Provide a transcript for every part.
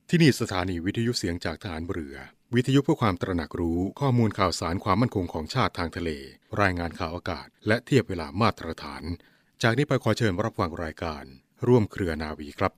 ที่นี่สถานีวิทยุเสียงจากทหารเรือวิทยุเพื่อความตระหนักรู้ข้อมูลข่าวสารความมั่นคงของชาติทางทะเลรายงานข่าวอากาศและเทียบเวลามาตรฐานจากนี้ไปขอเชิญรับฟังรายการร่วมเครือนาวีครับ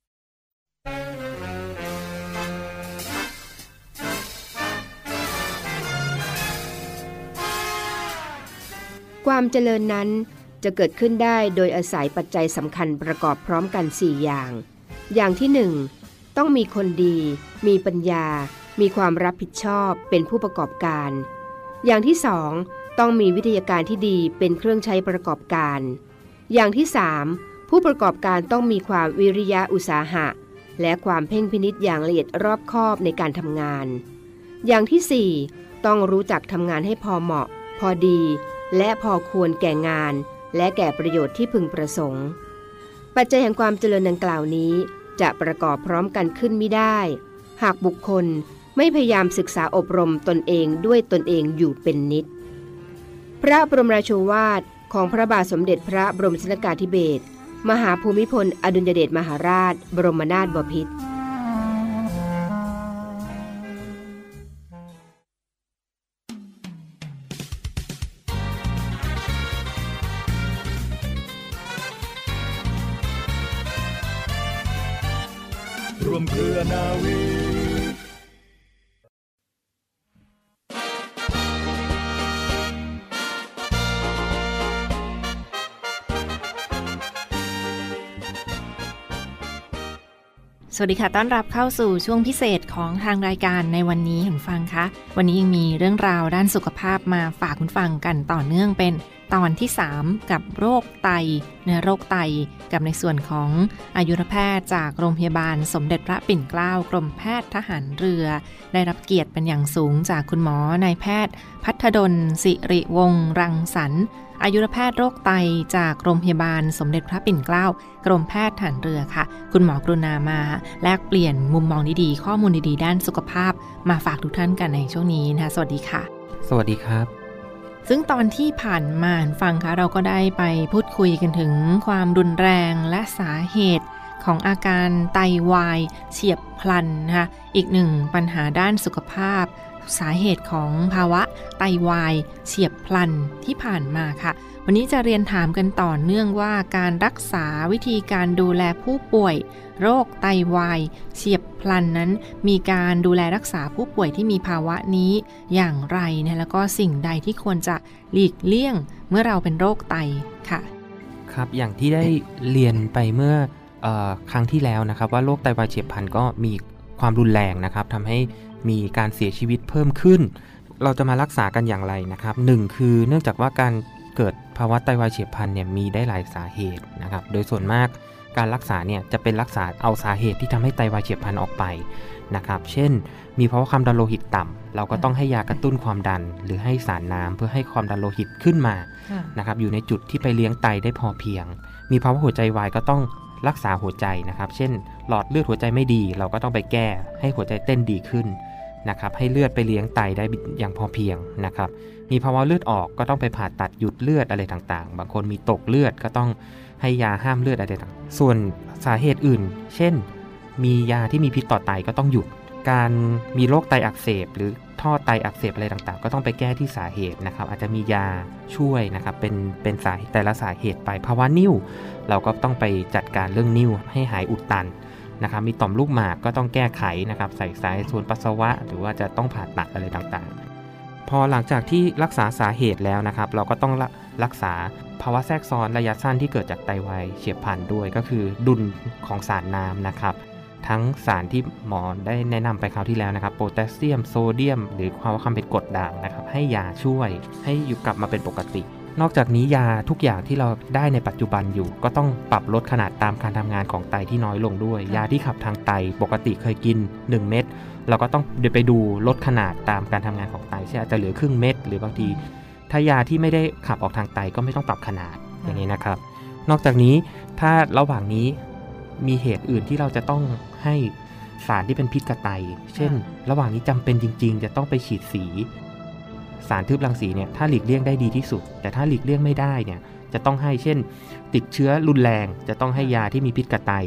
ความเจริญนั้นจะเกิดขึ้นได้โดยอาศัยปัจจัยสำคัญประกอบพร้อมกัน4อย่างอย่างที่1ต้องมีคนดีมีปัญญามีความรับผิดชอบเป็นผู้ประกอบการอย่างที่2ต้องมีวิทยาการที่ดีเป็นเครื่องใช้ประกอบการอย่างที่3ผู้ประกอบการต้องมีความวิริยะอุตสาหะและความเพ่งพินิจอย่างละเอียดรอบคอบในการทำงานอย่างที่4ต้องรู้จักทำงานให้พอเหมาะพอดีและพอควรแก่งานและแก่ประโยชน์ที่พึงประสงค์ปัจจัยแห่งความเจริญดังกล่าวนี้จะประกอบพร้อมกันขึ้นไม่ได้หากบุคคลไม่พยายามศึกษาอบรมตนเองด้วยตนเองอยู่เป็นนิดพระบรมราโชวาทของพระบาทสมเด็จพระบรมชนกาธิเบศรมหาภูมิพลอดุลยเดชมหาราชบรมนาถบพิตรร่วมเครือนาวีสวัสดีค่ะต้อนรับเข้าสู่ช่วงพิเศษของทางรายการในวันนี้คุณฟังคะวันนี้ยังมีเรื่องราวด้านสุขภาพมาฝากคุณฟังกันต่อเนื่องเป็นตอนที่3กับโรคไตโรคไตกับในส่วนของอายุรแพทย์จากโรงพยาบาลสมเด็จพระปิ่นเกล้ากรมแพทย์ทหารเรือได้รับเกียรติเป็นอย่างสูงจากคุณหมอนายแพทย์ภัทรดลสิริวงศ์รังสรรค์อายุรแพทย์โรคไตจากโรงพยาบาลสมเด็จพระปิ่นเกล้ากรมแพทย์ทหารเรือค่ะคุณหมอกรุณามาแลกเปลี่ยนมุมมองดีๆข้อมูลดีๆด้านสุขภาพมาฝากทุกท่านกันในช่วงนี้นะคะสวัสดีค่ะสวัสดีครับซึ่งตอนที่ผ่านมาฟังคะเราก็ได้ไปพูดคุยกันถึงความรุนแรงและสาเหตุของอาการไตวายเฉียบพลันนะคะอีกหนึ่งปัญหาด้านสุขภาพสาเหตุของภาวะไตวายเฉียบพลันที่ผ่านมาค่ะวันนี้จะเรียนถามกันต่อเนื่องว่าการรักษาวิธีการดูแลผู้ป่วยโรคไตวายเฉียบพลันนั้นมีการดูแลรักษาผู้ป่วยที่มีภาวะนี้อย่างไรนะแล้วก็สิ่งใดที่ควรจะหลีกเลี่ยงเมื่อเราเป็นโรคไตค่ะครับอย่างที่ได้เรียนไปเมื่อครั้งที่แล้วนะครับว่าโรคไตวายเฉียบพลันก็มีความรุนแรงนะครับทำให้มีการเสียชีวิตเพิ่มขึ้นเราจะมารักษากันอย่างไรนะครับ1คือเนื่องจากว่าการเกิดภาวะไตวายเฉียบพลันเนี่ยมีได้หลายสาเหตุนะครับโดยส่วนมากการรักษาเนี่ยจะเป็นรักษาเอาสาเหตุที่ทำให้ไตวายเฉียบพลันออกไปนะครับเช่นมีภาวะความดันโลหิตต่ำเราก็ต้องให้ยากระตุ้นความดันหรือให้สารน้ำเพื่อให้ความดันโลหิตขึ้นมานะครับอยู่ในจุดที่ไปเลี้ยงไตได้พอเพียงมีภาวะหัวใจวายก็ต้องรักษาหัวใจนะครับเช่นหลอดเลือดหัวใจไม่ดีเราก็ต้องไปแก้ให้หัวใจเต้นดีขึ้นนะครับให้เลือดไปเลี้ยงไตได้อย่างพอเพียงนะครับมีภาวะเลือดออกก็ต้องไปผ่าตัดหยุดเลือดอะไรต่างๆบางคนมีตกเลือดก็ต้องให้ยาห้ามเลือดอะไรต่างๆส่วนสาเหตุอื่นเช่นมียาที่มีพิษต่อไตก็ต้องหยุดการมีโรคไตอักเสบหรือท่อไตอักเสบอะไรต่างๆก็ต้องไปแก้ที่สาเหตุนะครับอาจจะมียาช่วยนะครับเป็นสาเหตุแต่ละสาเหตุไปภาวะนิ่วเราก็ต้องไปจัดการเรื่องนิ่วให้หายอุดตันนะครับมีต่อมลูกหมากก็ต้องแก้ไขนะครับใส่สายส่วนปัสสาวะหรือว่าจะต้องผ่าตัดอะไรต่างๆพอหลังจากที่รักษาสาเหตุแล้วนะครับเราก็ต้องรักษาภาวะแทรกซ้อนระยะสั้นที่เกิดจากไตวายเฉียบพลันด้วยก็คือดุลของสารน้ำนะครับทั้งสารที่หมอได้แนะนำไปคราวที่แล้วนะครับโพแทสเซียมโซเดียมหรือภาวะความเป็นกรดด่างนะครับให้ยาช่วยให้อยู่กลับมาเป็นปกตินอกจากนี้ยาทุกอย่างที่เราได้ในปัจจุบันอยู่ก็ต้องปรับลดขนาดตามการทำงานของไตที่น้อยลงด้วยยาที่ขับทางไตปกติเคยกิน1เม็ดเราก็ต้องไปดูลดขนาดตามการทำงานของไตเช่นอาจจะเหลือครึ่งเม็ดหรือบางทีถ้ายาที่ไม่ได้ขับออกทางไตก็ไม่ต้องปรับขนาดอย่างนี้นะครับนอกจากนี้ถ้าระหว่างนี้มีเหตุอื่นที่เราจะต้องให้สารที่เป็นพิษกับไตเช่นระหว่างนี้จำเป็นจริงๆจะต้องไปฉีดสีสารทึบรังสีเนี่ยถ้าหลีกเลี่ยงได้ดีที่สุดแต่ถ้าหลีกเลี่ยงไม่ได้เนี่ยจะต้องให้เช่นติดเชื้อรุนแรงจะต้องให้ยาที่มีพิษกับไต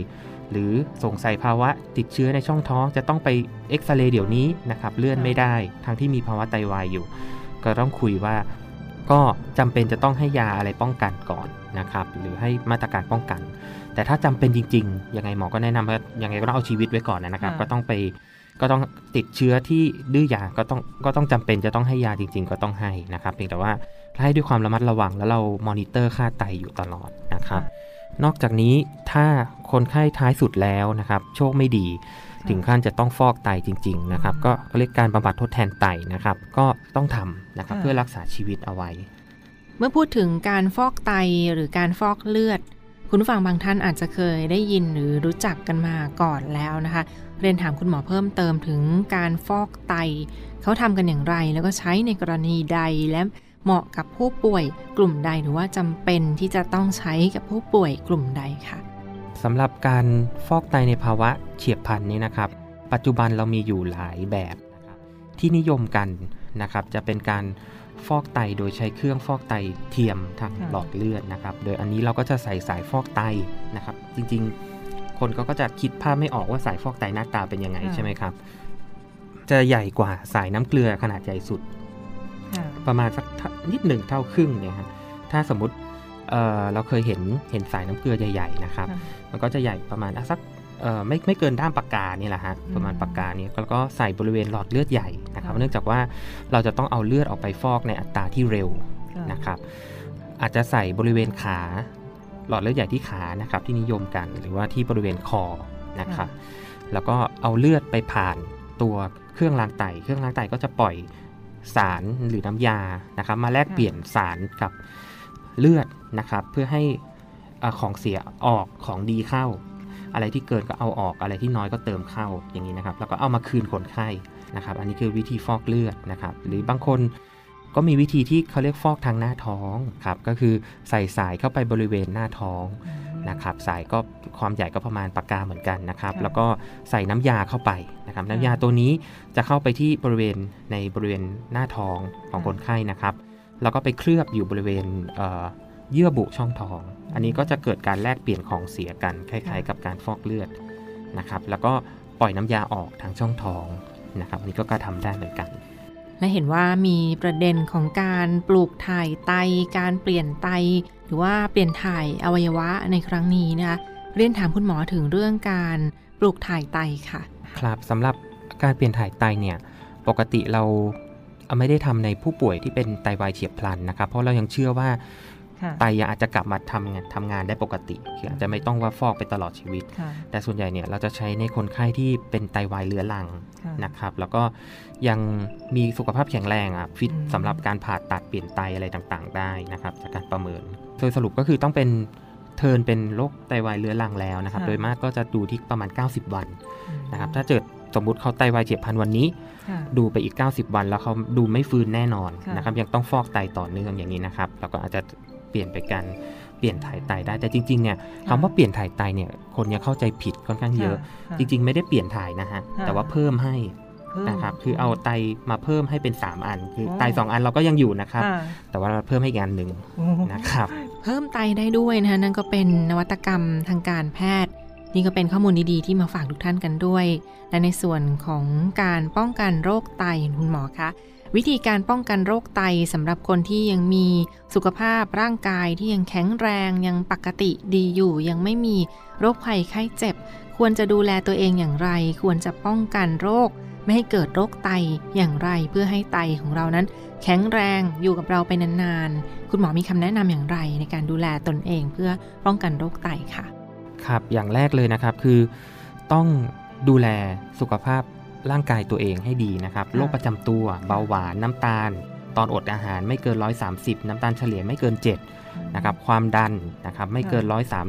หรือสงสัยภาวะติดเชื้อในช่องท้องจะต้องไปเอ็กซเรย์เดี๋ยวนี้นะครับเลื่อนไม่ได้ทั้งที่มีภาวะไตวายอยู่ก็ต้องคุยว่าก็จำเป็นจะต้องให้ยาอะไรป้องกันก่อนนะครับหรือให้มาตรการป้องกันแต่ถ้าจำเป็นจริงๆยังไงหมอก็แนะนำว่ายังไงก็ต้องเอาชีวิตไว้ก่อนนะครับก็ต้องติดเชื้อที่ดื้อยาก็ต้องจำเป็นจะต้องให้ยาจริงๆก็ต้องให้นะครับเพียงแต่ว่าให้ด้วยความระมัดระวังแล้วเรามอนิเตอร์ค่าไตอยู่ตลอดนะครับนอกจากนี้ถ้าคนไข้ท้ายสุดแล้วนะครับโชคไม่ดีถึงขั้นจะต้องฟอกไตจริงๆนะครับก็เรียกการบำบัดทดแทนไตนะครับก็ต้องทำนะครับเพื่อรักษาชีวิตเอาไว้เมื่อพูดถึงการฟอกไตหรือการฟอกเลือดคุณผู้ฟังบางท่านอาจจะเคยได้ยินหรือรู้จักกันมาก่อนแล้วนะคะเรียนถามคุณหมอเพิ่มเติมถึงการฟอกไตเขาทำกันอย่างไรแล้วก็ใช้ในกรณีใดและเหมาะกับผู้ป่วยกลุ่มใดหรือว่าจำเป็นที่จะต้องใช้กับผู้ป่วยกลุ่มใดค่ะสำหรับการฟอกไตในภาวะเฉียบพลันนี้นะครับปัจจุบันเรามีอยู่หลายแบบนะครับที่นิยมกันนะครับจะเป็นการฟอกไตโดยใช้เครื่องฟอกไตเทียมทางหลอดเลือดนะครับโดยอันนี้เราก็จะใส่สายฟอกไตนะครับจริงๆคนก็จะคิดภาพไม่ออกว่าสายฟอกไตหน้าตาเป็นยังไงใช่ไหมครับจะใหญ่กว่าสายน้ำเกลือขนาดใหญ่สุดประมาณสักนิดหนึ่งเท่าครึ่งเนี่ยครับถ้าสมมุติเราเคยเห็นสายน้ำเกลือใหญ่ๆนะครับมันก็จะใหญ่ประมาณสักไม่เกินด้ามปากกานี่แหละฮะประมาณปากกานี้แล้วก็ใส่บริเวณหลอดเลือดใหญ่นะครับเนื่องจากว่าเราจะต้องเอาเลือดออกไปฟอกในอัตราที่เร็วนะครับอาจจะใส่บริเวณขาหลอดเลือดใหญ่ที่ขานะครับที่นิยมกันหรือว่าที่บริเวณคอนะครับแล้วก็เอาเลือดไปผ่านตัวเครื่องล้างไตก็จะปล่อยสารหรือน้ำยานะครับมาแลกเปลี่ยนสารกับเลือดนะครับเพื่อให้ของเสียออกของดีเข้าอะไรที่เกินก็เอาออกอะไรที่น้อยก็เติมเข้าอย่างนี้นะครับแล้วก็เอามาคืนคนไข้นะครับอันนี้คือวิธีฟอกเลือดนะครับหรือบางคนก็มีวิธีที่เขาเรียกฟอกทางหน้าท้องครับก็คือใส่สายเข้าไปบริเวณหน้าท้องนะครับสายก็ความใหญ่ก็ประมาณปากกาเหมือนกันนะครับแล้วก็ใส่น้ำยาเข้าไปนะครับน้ำยาตัวนี้จะเข้าไปที่บริเวณหน้าท้องของคนไข้นะครับแล้วก็ไปเคลือบอยู่บริเวณเยื่อบุช่องท้องอันนี้ก็จะเกิดการแลกเปลี่ยนของเสียกันคล้ายๆกับการฟอกเลือดนะครับแล้วก็ปล่อยน้ำยาออกทางช่องท้องนะครับนี่ก็ทำได้เหมือนกันและเห็นว่ามีประเด็นของการปลูกถ่ายไตการเปลี่ยนไตหรือว่าเปลี่ยนถ่ายอวัยวะในครั้งนี้นะคะเรียนถามคุณหมอถึงเรื่องการปลูกถ่ายไตค่ะครับสำหรับการเปลี่ยนถ่ายไตเนี่ยปกติเราไม่ได้ทำในผู้ป่วยที่เป็นไตวายเฉียบพลันนะครับเพราะเรายังเชื่อว่าไตยังอาจจะกลับมาทำงานได้ปกติคืออาจจะไม่ต้องว่าฟอกไปตลอดชีวิตแต่ส่วนใหญ่เนี่ยเราจะใช้ในคนไข้ที่เป็นไตวายเรื้อรังนะครับแล้วก็ยังมีสุขภาพแข็งแรงฟิตสำหรับการผ่าตัดเปลี่ยนไตอะไรต่างๆได้นะครับจากการประเมินโดยสรุปก็คือต้องเป็นเทิร์นเป็นโรคไตวายเรื้อรังแล้วนะครับโดยมากก็จะดูที่ประมาณ90วันนะครับถ้าเกิดสมมุติเขาไตวายเฉียบพลันวันนี้ดูไปอีก90วันแล้วเขาดูไม่ฟื้นแน่นอนนะครับยังต้องฟอกไตต่อเนื่องอย่างนี้นะครับแล้วก็อาจจะเปลี่ยนไปการเปลี่ยนถ่ายไตได้แต่จริงๆเนี่ยคำว่าเปลี่ยนถ่ายไตเนี่ยคนยังเข้าใจผิดค่อนข้างเยอะจริงๆไม่ได้เปลี่ยนถ่ายนะฮะแต่ว่าเพิ่มให้นะครับคือเอาไตมาเพิ่มให้เป็น3อันคือไต2อันเราก็ยังอยู่นะครับแต่ว่าเราเพิ่มให้อีกอันนึงนะครับเพิ่มไตได้ด้วยนะคะนั่นก็เป็นนวัตกรรมทางการแพทย์นี่ก็เป็นข้อมูลดีๆที่มาฝากทุกท่านกันด้วยและในส่วนของการป้องกันโรคไตคุณหมอคะวิธีการป้องกันโรคไตสำหรับคนที่ยังมีสุขภาพร่างกายที่ยังแข็งแรงยังปกติดีอยู่ยังไม่มีโรคภัยไข้เจ็บควรจะดูแลตัวเองอย่างไรควรจะป้องกันโรคไม่ให้เกิดโรคไตอย่างไรเพื่อให้ไตของเรานั้นแข็งแรงอยู่กับเราไปนานๆคุณหมอมีคำแนะนำอย่างไรในการดูแลตนเองเพื่อป้องกันโรคไตค่ะครับอย่างแรกเลยนะครับคือต้องดูแลสุขภาพร่างกายตัวเองให้ดีนะครับโรคประจำตัวเบาหวานน้ำตาลตอนอดอาหารไม่เกิน130น้ำตาลเฉลี่ยไม่เกิน7นะครับความดันนะครับไม่เกิน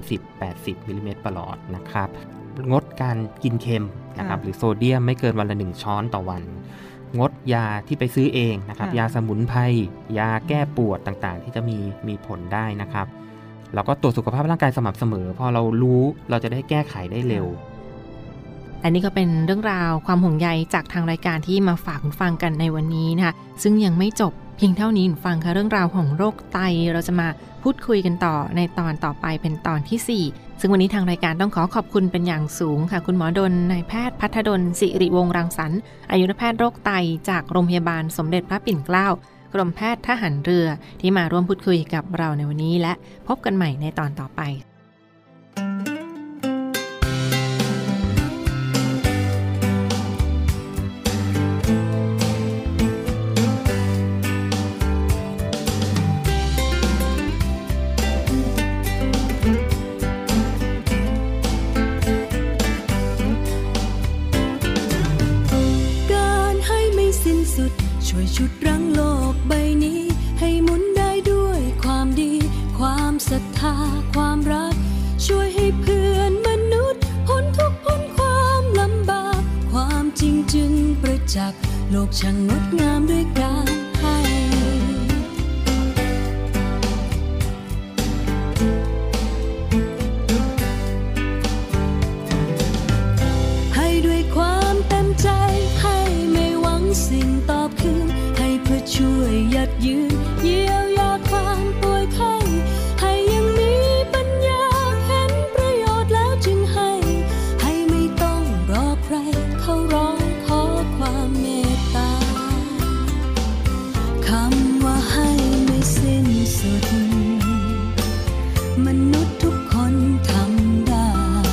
130-80มิลลิเมตรประหลอดนะครับงดการกินเค็มนะครับหรือโซเดียมไม่เกินวันละ1ช้อนต่อวันงดยาที่ไปซื้อเองนะครับยาสมุนไพรยาแก้ปวดต่างๆที่จะมีผลได้นะครับแล้วก็ตรวจสุขภาพร่างกายสม่ำเสมอพอเรารู้เราจะได้แก้ไขได้เร็วอันนี้ก็เป็นเรื่องราวความห่วงใยจากทางรายการที่มาฝากคุณฟังกันในวันนี้นะคะซึ่งยังไม่จบเพียงเท่านี้ฟังค่ะเรื่องราวของโรคไตเราจะมาพูดคุยกันต่อในตอนต่อไปเป็นตอนที่4ซึ่งวันนี้ทางรายการต้องขอบคุณเป็นอย่างสูงค่ะคุณหมอดลนายแพทย์ภัทรดลสิริวงศ์รังสรรค์อายุรแพทย์โรคไตจากโรงพยาบาลสมเด็จพระปิ่นเกล้ากรมแพทย์ทหารเรือที่มาร่วมพูดคุยกับเราในวันนี้และพบกันใหม่ในตอนต่อไปช่วยชุดรั้งโลกใบนี้ให้หมุนได้ด้วยความดีความศรัทธาความรักช่วยให้เพื่อนมนุษย์พ้นทุกข์พ้นความลำบากความจริงจึงประจักษ์โลกช่างงดงามด้วยการให้ด้วยความเต็มใจให้ไม่หวังสิ่งตอบคืนให้เพื่อช่วยยัดยืนเยียวยาความป่วยไข้ให้ยังมีปัญญาเห็นประโยชน์แล้วจึงให้ไม่ต้องรอใครเขาร้องขอความเมตตาคำว่าให้ไม่สิ้นสุดมนุษย์ทุกคนทำได้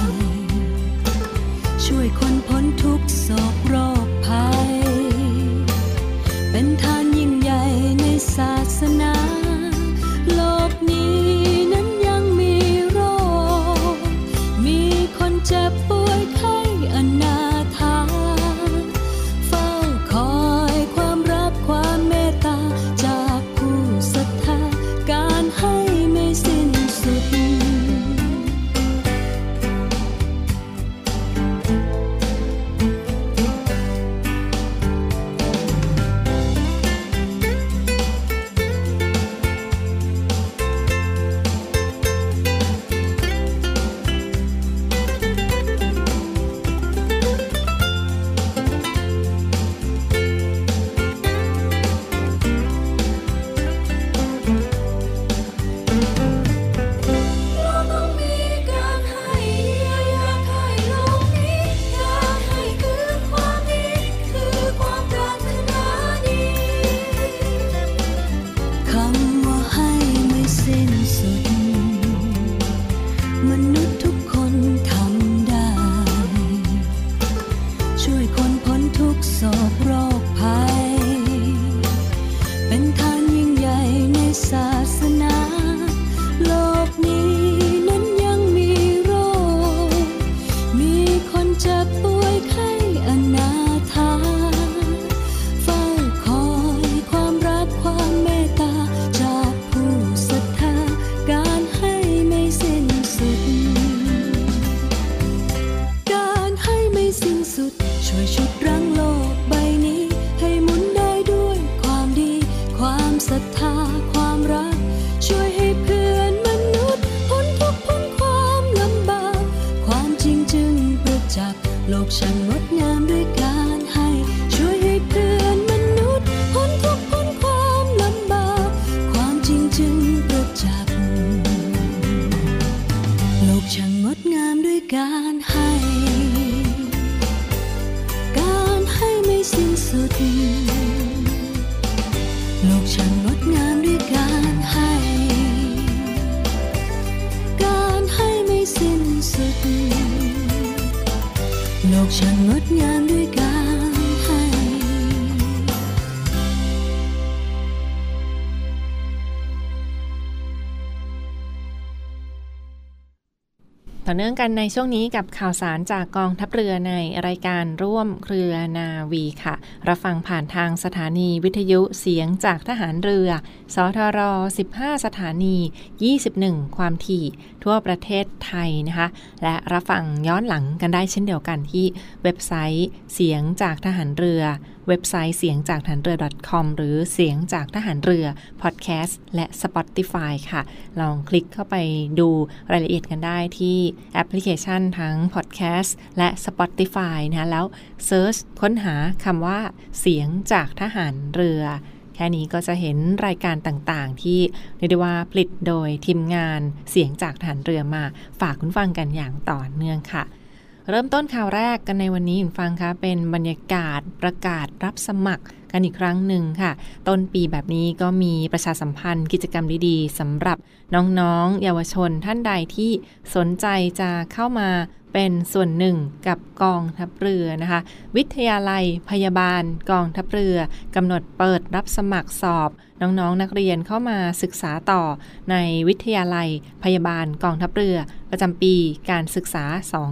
ช่วยคนพ้นทุกโศกโรคภัยเป็นทานยิ่งใหญ่ในศาสนาโลกนี้นั้นยังมีโรคมีคนเจ็บป่วยไข้อนาถาเฝ้าคอยความรักความเมตตาจากผู้ศรัทธาการให้ไม่สิ้นสุดโลกช่างงดงามด้วยการให้ช่วยให้เพื่อนมนุษย์พ้นทุกข์พ้นความลำบากความจริงจึงประจักษ์โลกช่างงดงามด้วยการให้ไม่สิ้นสุดโลกช่างงดงามด้วยการให้ไม่สิ้นสุดโลกช่างงดงามด้วยการให้ต่อเนื่องกันในช่วงนี้กับข่าวสารจากกองทัพเรือในรายการร่วมเครือนาวีค่ะรับฟังผ่านทางสถานีวิทยุเสียงจากทหารเรือสทร15สถานี21ความถี่ทั่วประเทศไทยนะคะและรับฟังย้อนหลังกันได้เช่นเดียวกันที่เว็บไซต์เสียงจากทหารเรือเว็บไซต์เสียงจากทหารเรือ .com หรือเสียงจากทหารเรือพอดแคสต์และ Spotify ค่ะลองคลิกเข้าไปดูรายละเอียดกันได้ที่แอปพลิเคชันทั้งพอดแคสต์และ Spotify นะแล้วเซิร์ชค้นหาคำว่าเสียงจากทหารเรือแค่นี้ก็จะเห็นรายการต่างๆที่เรียกได้ว่าผลิตโดยทีมงานเสียงจากทหารเรือมาฝากคุณฟังกันอย่างต่อเนื่องค่ะเริ่มต้นข่าวแรกกันในวันนี้คุณฟังคะเป็นบรรยากาศประกาศรับสมัครกันอีกครั้งหนึ่งค่ะต้นปีแบบนี้ก็มีประชาสัมพันธ์กิจกรรมดีๆสำหรับน้องๆเยาวชนท่านใดที่สนใจจะเข้ามาเป็นส่วนหนึ่งกับกองทัพเรือนะคะวิทยาลัยพยาบาลกองทัพเรือกำหนดเปิดรับสมัครสอบน้องๆนักเรียนเข้ามาศึกษาต่อในวิทยาลัยพยาบาลกองทัพเรือประจำปีการศึกษา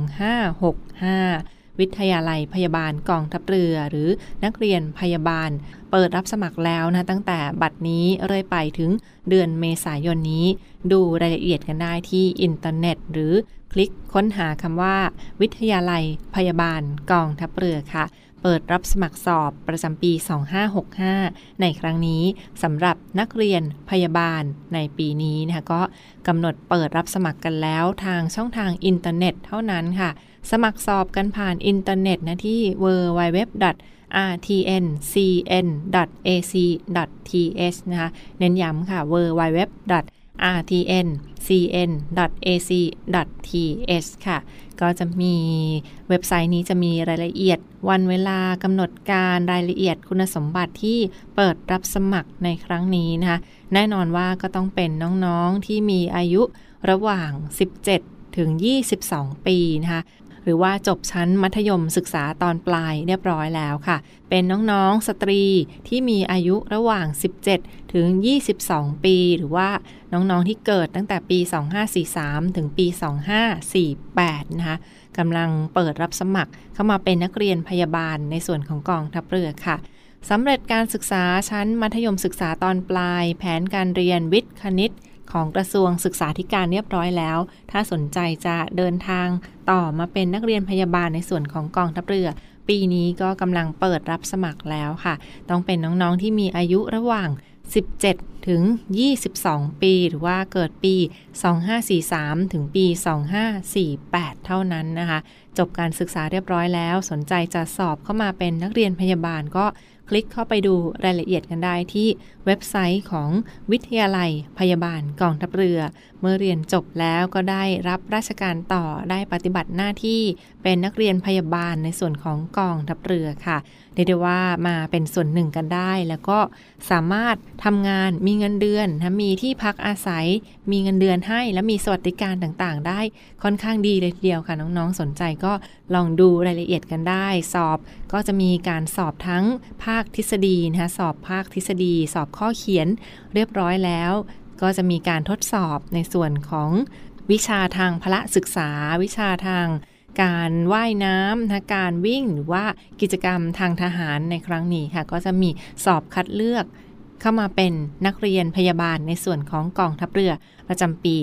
2565วิทยาลัยพยาบาลกองทัพเรือหรือนักเรียนพยาบาลเปิดรับสมัครแล้วนะตั้งแต่บัดนี้เรื่อยไปถึงเดือนเมษายนนี้ดูรายละเอียดกันได้ที่อินเทอร์เน็ตหรือคลิกค้นหาคำว่าวิทยาลัยพยาบาลกองทัพเรือค่ะเปิดรับสมัครสอบประจำปี2565ในครั้งนี้สำหรับนักเรียนพยาบาลในปีนี้นะคะก็กำหนดเปิดรับสมัครกันแล้วทางช่องทางอินเทอร์เน็ตเท่านั้นค่ะสมัครสอบกันผ่านอินเทอร์เน็ตนะที่ www.rtn.cn.ac.th นะคะเน้นย้ำค่ะ www.rtn.cn.ac.th ค่ะก็จะมีเว็บไซต์นี้จะมีรายละเอียดวันเวลากำหนดการรายละเอียดคุณสมบัติที่เปิดรับสมัครในครั้งนี้นะคะแน่นอนว่าก็ต้องเป็นน้องๆที่มีอายุระหว่าง17ถึง22ปีนะคะหรือว่าจบชั้นมัธยมศึกษาตอนปลายเรียบร้อยแล้วค่ะเป็นน้องๆสตรีที่มีอายุระหว่าง17ถึง22ปีหรือว่าน้องๆที่เกิดตั้งแต่ปี2543ถึงปี2548นะคะกำลังเปิดรับสมัครเข้ามาเป็นนักเรียนพยาบาลในส่วนของกองทัพเรือค่ะสำเร็จการศึกษาชั้นมัธยมศึกษาตอนปลายแผนการเรียนวิทย์คณิตของกระทรวงศึกษาธิการเรียบร้อยแล้วถ้าสนใจจะเดินทางต่อมาเป็นนักเรียนพยาบาลในส่วนของกองทัพเรือปีนี้ก็กำลังเปิดรับสมัครแล้วค่ะต้องเป็นน้องๆที่มีอายุระหว่าง17ถึง22ปีหรือว่าเกิดปี2543ถึงปี2548เท่านั้นนะคะจบการศึกษาเรียบร้อยแล้วสนใจจะสอบเข้ามาเป็นนักเรียนพยาบาลก็คลิกเข้าไปดูรายละเอียดกันได้ที่เว็บไซต์ของวิทยาลัยพยาบาลกองทัพเรือเมื่อเรียนจบแล้วก็ได้รับราชการต่อได้ปฏิบัติหน้าที่เป็นนักเรียนพยาบาลในส่วนของกองทัพเรือค่ะเรียกได้ว่ามาเป็นส่วนหนึ่งกันได้แล้วก็สามารถทำงานมีเงินเดือนนะมีที่พักอาศัยมีเงินเดือนให้และมีสวัสดิการต่างๆได้ค่อนข้างดีเลยทีเดียวค่ะน้องๆสนใจก็ลองดูรายละเอียดกันได้สอบก็จะมีการสอบทั้งภาคทฤษฎีนะคะสอบภาคทฤษฎีสอบข้อเขียนเรียบร้อยแล้วก็จะมีการทดสอบในส่วนของวิชาทางพละศึกษาวิชาทางการว่ายน้ำนะการวิ่งหรือว่ากิจกรรมทางทหารในครั้งนี้ค่ะก็จะมีสอบคัดเลือกเข้ามาเป็นนักเรียนพยาบาลในส่วนของกองทัพเรือประจำปี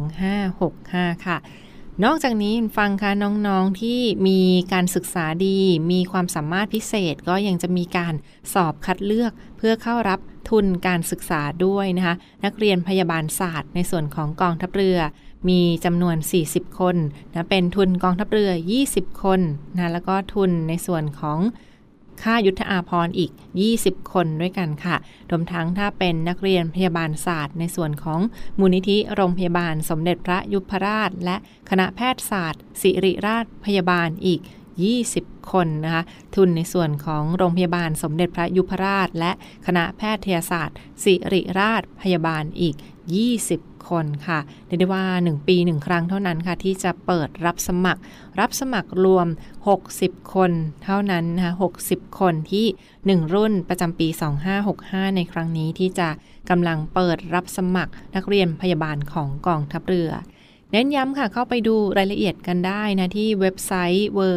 2565ค่ะนอกจากนี้ฟังค่ะน้องๆที่มีการศึกษาดีมีความสามารถพิเศษก็ยังจะมีการสอบคัดเลือกเพื่อเข้ารับทุนการศึกษาด้วยนะคะนักเรียนพยาบาลศาสตร์ในส่วนของกองทัพเรือมีจำนวน40คนนะเป็นทุนกองทัพเรือ20คนนะแล้วก็ทุนในส่วนของค่ายุทธอาภรณ์อีก20คนด้วยกันค่ะรวมทั้งถ้าเป็นนักเรียนพยาบาลศาสตร์ในส่วนของมูลนิธิโรงพยาบาลสมเด็จพระยุพราชและคณะแพทยศาสตร์ศิริราชพยาบาลอีก20คนนะคะทุนในส่วนของโรงพยาบาลสมเด็จพระยุพราชและคณะแพทยศาสตร์ศิริราชพยาบาลอีก20คนค่ะเรียกได้ว่า1ปี1ครั้งเท่านั้นค่ะที่จะเปิดรับสมัครรวม60คนเท่านั้นนะคะ60คนที่1รุ่นประจำปี2565ในครั้งนี้ที่จะกำลังเปิดรับสมัครนักเรียนพยาบาลของกองทัพเรือเน้นย้ำค่ะเข้าไปดูรายละเอียดกันได้นะที่เว็บไซต์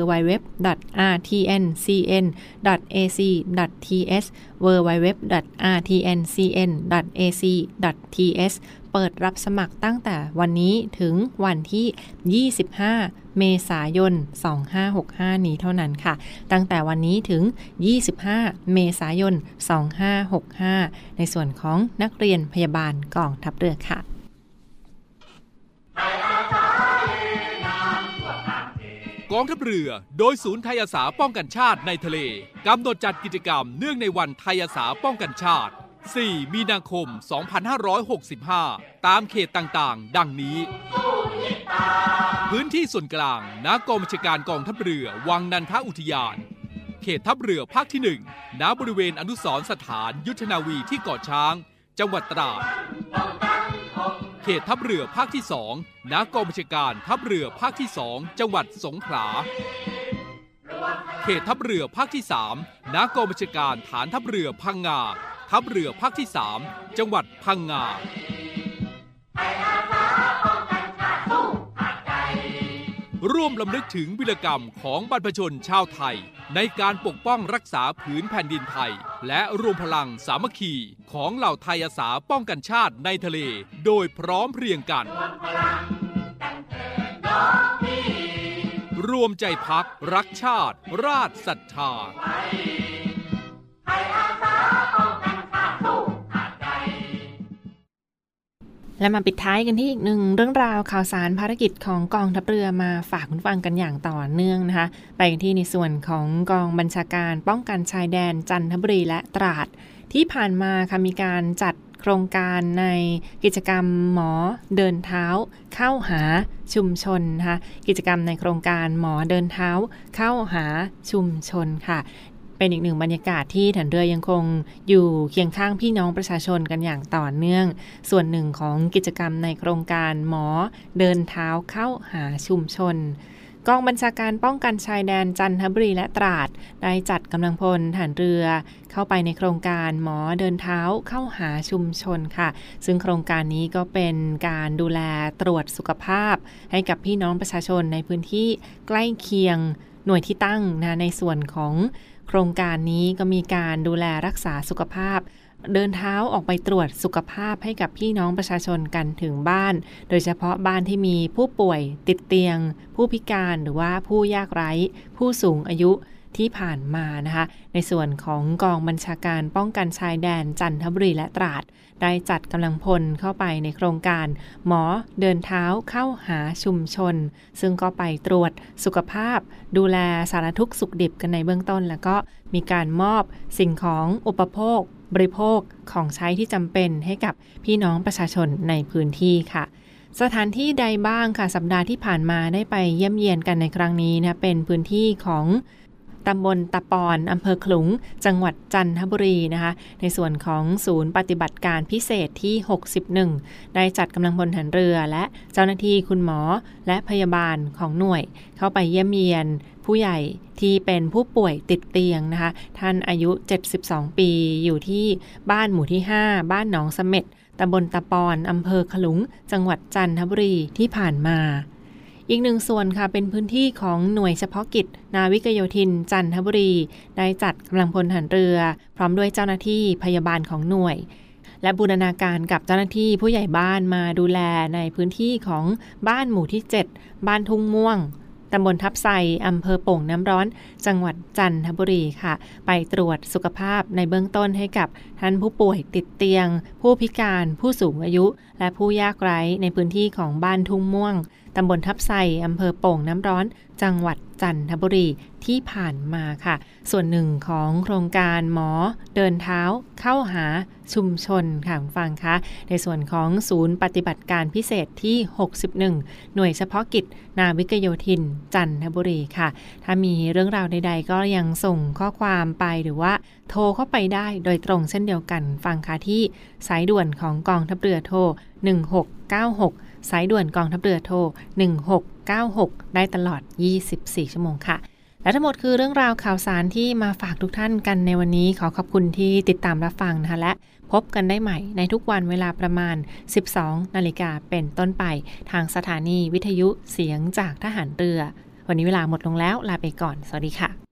www.rtncn.ac.th www.rtncn.ac.th เปิดรับสมัครตั้งแต่วันนี้ถึงวันที่25เมษายน2565นี้เท่านั้นค่ะตั้งแต่วันนี้ถึง25เมษายน2565ในส่วนของนักเรียนพยาบาลกองทัพเรือค่ะกองทัพเรือโดยศูนย์ไทยอาสาป้องกันชาติในทะเลกำหนดจัดกิจกรรมเนื่องในวันไทยอาสาป้องกันชาติ 4 มีนาคม 2565 ตามเขตต่างๆ ดังนี้ พื้นที่ส่วนกลางณกองบัญชาการกองทัพเรือวังนันทอุทยานเขตทัพเรือภาคที่ 1 ณ บริเวณอนุสรณ์สถานยุทธนาวีที่เกาะช้างจังหวัดตราดเขตทัพเรือภาคที่ 2 ณ กองบัญชาการทัพเรือภาคที่ 2 จังหวัดสงขลาเขตทัพเรือภาคที่ 3 ณ กองบัญชาการฐานทัพเรือพังงาทัพเรือภาคที่ 3 จังหวัดพังงาร่วมรำลึกถึงวีรกรรมของบรรพชนชาวไทยในการปกป้องรักษาผืนแผ่นดินไทยและรวมพลังสามัคคีของเหล่าไทยอาสาป้องกันชาติในทะเลโดยพร้อมเพรียงกันรวมใจพักรักชาติราชศรัทธาและมาปิดท้ายกันที่อีกหนึ่งเรื่องราวข่าวสารภารกิจของกองทัพเรือมาฝากคุณฟังกันอย่างต่อเนื่องนะคะไปกันที่ในส่วนของกองบัญชาการป้องกันชายแดนจันทบุรีและตราดที่ผ่านมาค่ะมีการจัดโครงการในกิจกรรมหมอเดินเท้าเข้าหาชุมชนนะคะกิจกรรมในโครงการหมอเดินเท้าเข้าหาชุมชนค่ะเป็นอีกหนึ่งบรรยากาศที่ฐานเรือยังคงอยู่เคียงข้างพี่น้องประชาชนกันอย่างต่อเนื่องส่วนหนึ่งของกิจกรรมในโครงการหมอเดินเท้าเข้าหาชุมชนกองบัญชาการป้องกันชายแดนจันทบุรีและตราดได้จัดกำลังพลฐานเรือเข้าไปในโครงการหมอเดินเท้าเข้าหาชุมชนค่ะซึ่งโครงการนี้ก็เป็นการดูแลตรวจสุขภาพให้กับพี่น้องประชาชนในพื้นที่ใกล้เคียงหน่วยที่ตั้งนะในส่วนของโครงการนี้ก็มีการดูแลรักษาสุขภาพเดินเท้าออกไปตรวจสุขภาพให้กับพี่น้องประชาชนกันถึงบ้านโดยเฉพาะบ้านที่มีผู้ป่วยติดเตียงผู้พิการหรือว่าผู้ยากไร้ผู้สูงอายุที่ผ่านมานะคะในส่วนของกองบัญชาการป้องกันชายแดนจันทบุรีและตราดได้จัดกำลังพลเข้าไปในโครงการหมอเดินเท้าเข้าหาชุมชนซึ่งก็ไปตรวจสุขภาพดูแลสารทุกข์สุขดิบกันในเบื้องต้นแล้วก็มีการมอบสิ่งของอุปโภคบริโภคของใช้ที่จำเป็นให้กับพี่น้องประชาชนในพื้นที่ค่ะสถานที่ใดบ้างค่ะสัปดาห์ที่ผ่านมาได้ไปเยี่ยมเยียนกันในครั้งนี้นะเป็นพื้นที่ของตำบลตะปอนอำเภอขลุงจังหวัดจันทบุรีนะคะในส่วนของศูนย์ปฏิบัติการพิเศษที่61ได้จัดกำลังพลทหารเรือและเจ้าหน้าที่คุณหมอและพยาบาลของหน่วยเข้าไปเยี่ยมเยียนผู้ใหญ่ที่เป็นผู้ป่วยติดเตียงนะคะท่านอายุ72ปีอยู่ที่บ้านหมู่ที่5บ้านหนองเสม็ดตำบลตะปอนอำเภอขลุงจังหวัดจันทบุรีที่ผ่านมาอีกหนึ่งส่วนค่ะเป็นพื้นที่ของหน่วยเฉพาะกิจนาวิกโยธินจันทบุรีได้จัดกำลังพลทหารเรือพร้อมด้วยเจ้าหน้าที่พยาบาลของหน่วยและบูรณาการกับเจ้าหน้าที่ผู้ใหญ่บ้านมาดูแลในพื้นที่ของบ้านหมู่ที่7บ้านทุ่งม่วงตำบลทับไซอำเภอโป่งน้ำร้อนจังหวัดจันทบุรีค่ะไปตรวจสุขภาพในเบื้องต้นให้กับท่านผู้ป่วยติดเตียงผู้พิการผู้สูงอายุและผู้ยากไร้ในพื้นที่ของบ้านทุ่งม่วงตำบลทับไซอำเภอโป่งน้ำร้อนจังหวัดจันทบุรีที่ผ่านมาค่ะส่วนหนึ่งของโครงการหมอเดินเท้าเข้าหาชุมชนค่ะฟังคะในส่วนของศูนย์ปฏิบัติการพิเศษที่61หน่วยเฉพาะกิจนาวิกโยธินจันทบุรีค่ะถ้ามีเรื่องราวใดๆก็ยังส่งข้อความไปหรือว่าโทรเข้าไปได้โดยตรงเช่นเดียวกันฟังค่ะที่สายด่วนของกองทัพเรือโทร1696สายด่วนกองทัพเรือโทร1696ได้ตลอด24ชั่วโมงค่ะและทั้งหมดคือเรื่องราวข่าวสารที่มาฝากทุกท่านกันในวันนี้ขอขอบคุณที่ติดตามรับฟังนะคะและพบกันได้ใหม่ในทุกวันเวลาประมาณ 12 นาฬิกาเป็นต้นไปทางสถานีวิทยุเสียงจากทหารเรือวันนี้เวลาหมดลงแล้วลาไปก่อนสวัสดีค่ะ